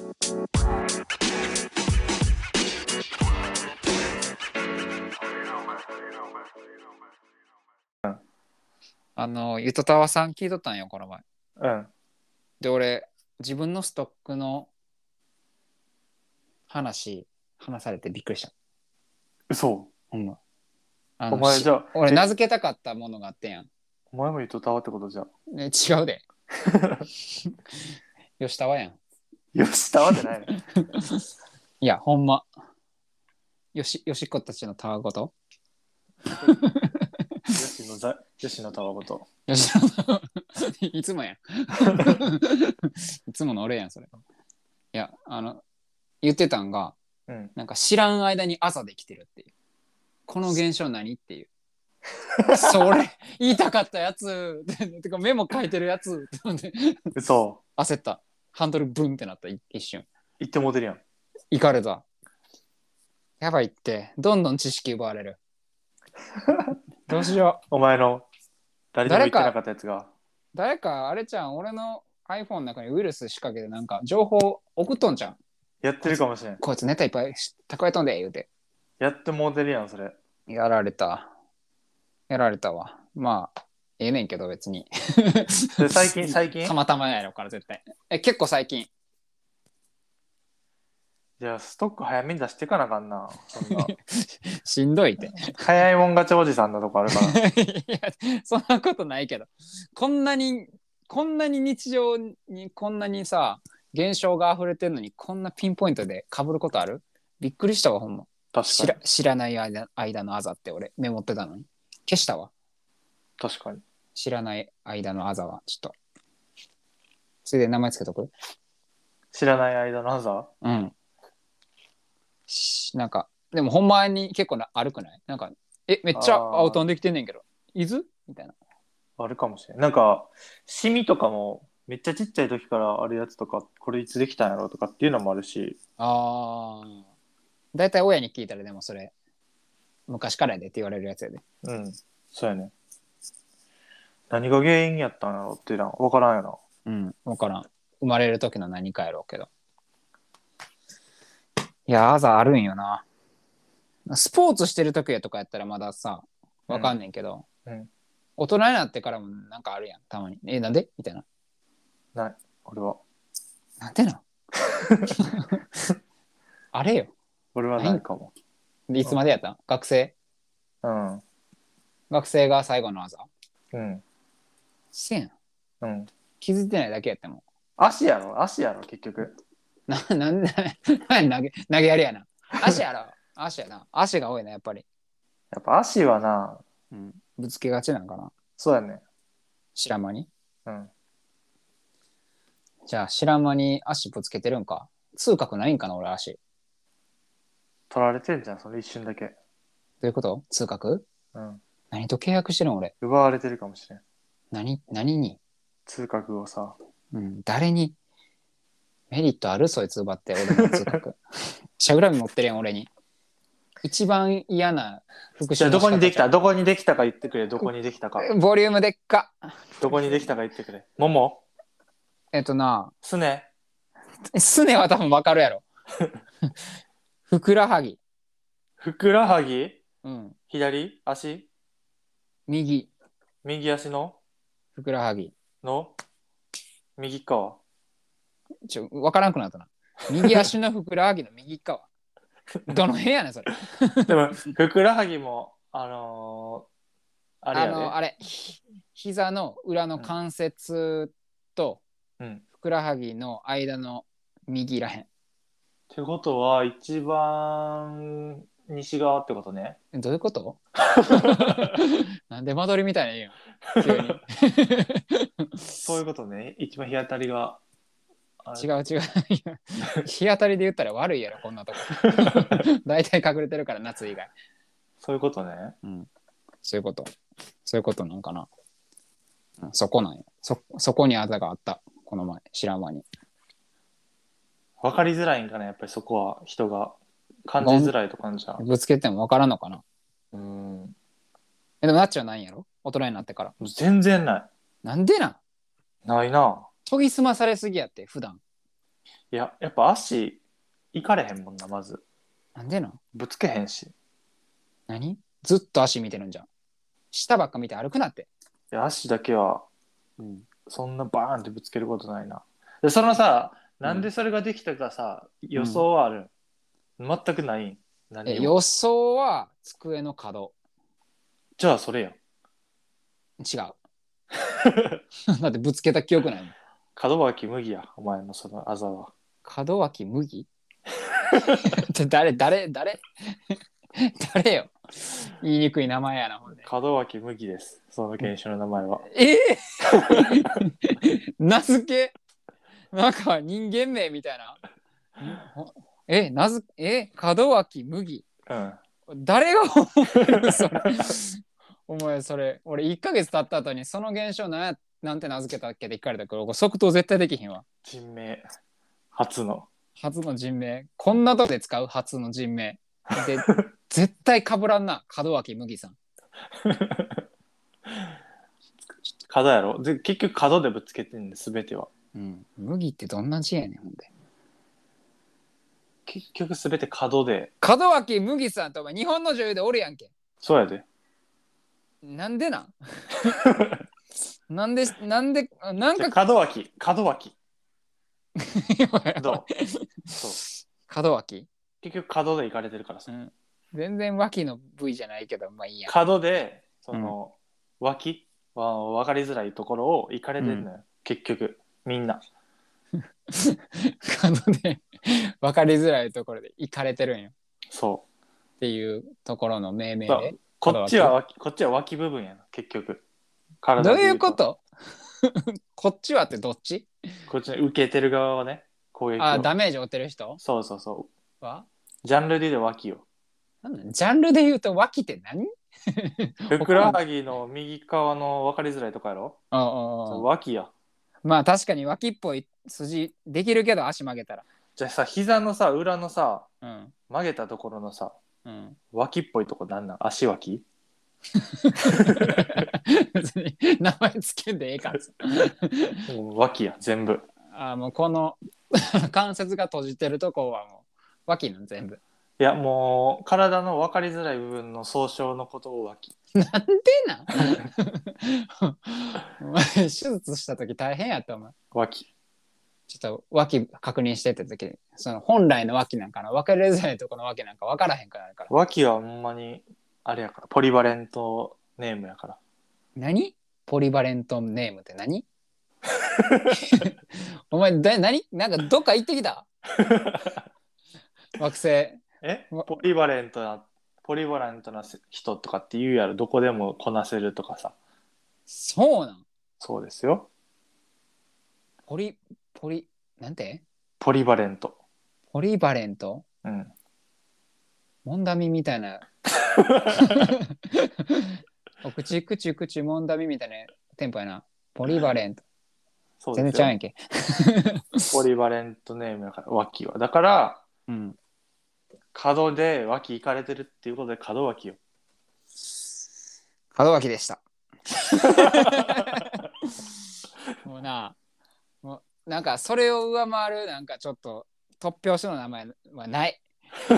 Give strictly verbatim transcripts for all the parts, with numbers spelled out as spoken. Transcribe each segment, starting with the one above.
あのゆとたわさん聞いとったんよこの前。 うん。 で俺自分のストックの話話されてびっくりした。 嘘。 ほんま。あのお前じゃあ俺え名付けたかったものがあってんやん。 お前もゆとたわってことじゃ。 ね、違うで。吉田はやん。 吉田はじゃないの。 いやほんま。よしよしっ子たちのたわごと。 吉野ざ吉野たわごと。 吉田のいつもやん。いつもの俺やんそれ。いやあの言ってたんが、 うん、 なんか知らん間に朝できてるっていう。この現象何っていう。それ言いたかったやつてかメモ書いてるやつって嘘。 焦った。ハンドルブンってなった一瞬。 言ってもうてるやん。 いかれた。やばいってどんどん知識奪われる。どうしよう。 お前の誰にも言ってなかったやつが。 誰かあれちゃん俺の iPhone の中にウイルス仕掛けてなんか情報送っとんじゃん。 やってるかもしれん。 こいつネタいっぱい蓄えとんで言うて。 やってもうてるやんそれ。 やられた。やられたわ。まあええねんけど別に。 で最近最近たまたまやろから絶対。え結構最近。 じゃあストック早めに出していかなあかんな。そんなしんどいって。 早いもん勝ちおじさんのとこあるから。 いやそんなことないけど、こんなにこんなに日常にこんなにさ現象が溢れてるのにこんなピンポイントで被ることある？びっくりしたわほんま。 確か知ら知らない間間のあざって俺メモってたのに消したわ。 確かに。 知らない間のあざはちょっと。それで名前つけとく？ 知らない間のあざ。 うん。なんかでもほんまに結構な悪くない？なんかえめっちゃアウトンできてんねんけど伊豆みたいな。 あるかもしれん。なんかシミとかもめっちゃちっちゃい時からあるやつとか、これいつできたんやろとかっていうのもあるし。 ああ。だいたい親に聞いたらでもそれ昔からやでって言われるやつやで。 うん。そうやね。何が原因やったんやろっていうのは分からんよな。 うん。分からん。生まれる時の何かやろうけど。いやあざあるんよな。スポーツしてる時やとかやったらまださ分かんねんけど、 うんうん、 大人になってからもなんかあるやんたまに。えなんでみたいな。 ない俺は。 なんでなんあれよ。 俺はないかも。 でいつまでやった、うん、学生？ うん。 学生が最後のあざ？ うん。 せやん。 うん。 気づいてないだけやっても。 足やろ足やろ結局。 ななんで投げ投げやりやな。足やろ足やな。足が多いなやっぱり。 やっぱ足はな、 うん、ぶつけがちなんかな。 そうやね。 白間に。 うん。 じゃあ白間に足ぶつけてるんか。痛覚ないんかな俺足。 取られてんじゃんその一瞬だけ。 どういうこと？痛覚？ うん。 何と契約してるん俺。 奪われてるかもしれん。 何何に？ 痛覚をさ。 うん。誰にメリットあるそいつ奪って俺の痛覚。しゃぐらみ持ってるやん俺に。一番嫌な復じゃあどこにできたどこにできたか言ってくれ。どこにできたか。 ボリュームでっか。 どこにできたか言ってくれ。もも？ えっとな。 すね？ すねは多分わかるやろ。ふくらはぎ。 ふくらはぎ？ うん。 左足？ 右。 右足の？ ふくらはぎ。 の？右側。 ちょ、わからんくなったな。右足のふくらはぎの右側。どの辺やねんそれ。 でもふくらはぎもあのー、あれやで。 あのあれひ膝の裏の関節とふくらはぎの間の右らへん。 ってことは一番西側ってことね。 どういうこと？なんで間取りみたいな言うん急に。 そういうことね。一番日当たりが。 違う違う。日当たりで言ったら悪いやろこんなとこ。大体隠れてるから夏以外。 そういうことね。 うん。そういうこと。そういうことなんかな。うん、そこなんよ。そそこにあざがあったこの前知らん間に。 分かりづらいんかなやっぱりそこは人が感じづらいと感じゃん。 ぶつけても分からんのかな。 うん。 えでもなっちゃうないんやろ大人になってから。 全然ない。 なんでなん？ ないな。 研ぎ澄まされすぎやって普段。 いや、やっぱ足、いかれへんもんな、まず。 なんでなん？ ぶつけへんし。い何？ずっと足見てるんじゃん。下ばっか見て歩くなって。 や、足だけは、うん、そんなバーンってぶつけることないな。で、そのさ、なんでそれができたかさ、予想はあるん？全くないん？何にも。 え予想は机の角。 じゃあ、それやん。 違う。だってぶつけた記憶ないもん。 門脇麦や、お前のそのあざは。 門脇麦って誰誰誰誰よ。言いにくい名前やな、ほんで。 門脇麦です。その犬種の名前は。 えー、名付けなんか人間名みたいな。え、名付け、え、門脇麦。 うん。 誰が思ってるそれ。お前それ、俺いっかげつ経った後にその現象なんやなんて名付けたっけって聞かれたから、即答絶対できひんわ。 人名。初の。 初の人名。こんなとこで使う初の人名。で、絶対かぶらんな、門脇麦さん。 角やろ。で、結局角でぶつけてんで、すべては。 うん。麦ってどんな字やねん、ほんで。 結局すべて角で。 門脇麦さんとお前日本の女優でおるやんけ。 そうやで。 なんでなんなんで、なんで、なんか。 門脇、門脇。どう？そう。 門脇、 結局角で行かれてるからさ。 うん、全然脇の部位じゃないけど、まあいいや。 角で、その、うん、脇は分かりづらいところを行かれてるのよ、うん、結局、みんな。 角で分かりづらいところで行かれてるんよ。 そう。 っていうところの命名で。 こっちは脇、こっちは脇部分やな、結局。 体どういうことこっちはってどっち？ こっち受けてる側はね、攻撃を。 あ、ダメージ負ってる人？ そうそうそう。 はジャンルで言うと脇よ。 なんジャンルで言うと脇って何？ ふくらはぎの右側の分かりづらいとこやろ？ ああ、 脇や。 まあ確かに脇っぽい筋できるけど足曲げたら。 じゃあさ、膝のさ、裏のさ、 うん、 曲げたところのさ、 うん、 脇っぽいとこなんなん？足脇？ 別に名前つけんでええからさ。 脇や、全部。 あ、もうこの関節が閉じてるとこはもう脇なん全部。 いや、もう体の分かりづらい部分の総称のことを脇。 なんでなんお前手術した時大変やったお前。 脇。 ちょっと脇確認してって時その本来の脇なんかな、分かりづらいとこの脇なんか分からへんくなるから。 脇はほんまにあれやから、ポリバレントネームやから。 何？ポリバレントネームって何？お前だ何？なんかどっか行ってきた？惑星。 えポリバレントなポリバレントな人とかって言うやろ。どこでもこなせるとかさ。 そうなん？ そうですよ。 ポリポリなんて？ ポリバレント。 ポリバレント？ うん。 モンダミみたいな。お口口口モンダミみたいなテンポやな。ポリバレント。そうですよ。全然ちゃうんやんけ。 ポリバレントネームやから脇は。だから。うん。角で脇行かれてるっていうことで門脇よ。 門脇でした。もうな、もうなんかそれを上回るなんかちょっと突拍子の名前はない。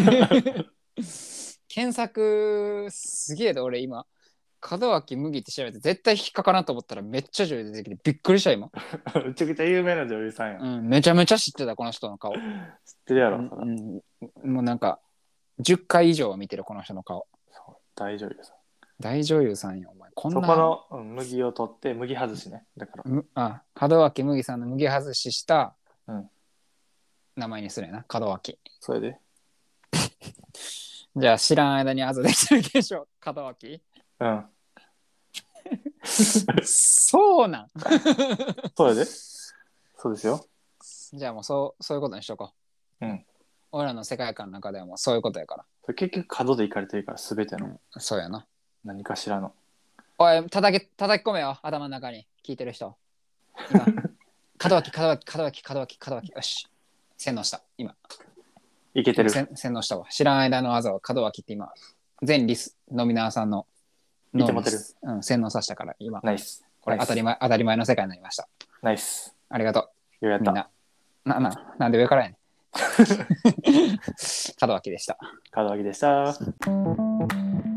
検索すげえで俺今門脇麦って調べて絶対引っかかなと思ったらめっちゃ女優出てきてびっくりした今。 めちゃくちゃ有名な女優さんや、 うん、めちゃめちゃ知ってたこの人の顔。知ってるやろ、うんうん、もうなんかじゅっかい以上は見てるこの人の顔。 そう大女優さん。 大女優さんよお前。 こんなそこの、うん、麦を取って麦外しね。だからあ門脇麦さんの麦外ししたうん名前にするやな門脇。 それでじゃあ知らん間にあざできてるでしょ門脇。 うんそうなんそれでそうですよ。 じゃあもうそうそういうことにしとこう。うん俺らの世界観の中ではもうそういうことやから。 それ結局角でいかれてるから全ての、うん、 そうやな。 何かしらのおい叩け叩き込めよ頭の中に聞いてる人今門脇門脇門脇門脇門脇よし洗脳した今いけてる。 洗脳したわ。知らん間のあざは門脇って今全リスノミナーさんの見てもてる、 うん、洗脳させたから今ナイスこれ当たり前当たり前の世界になりました。 ナイスありがとう。 ようやった。 みんなな、な、なんで上からやねん。門脇でした。 門脇でした。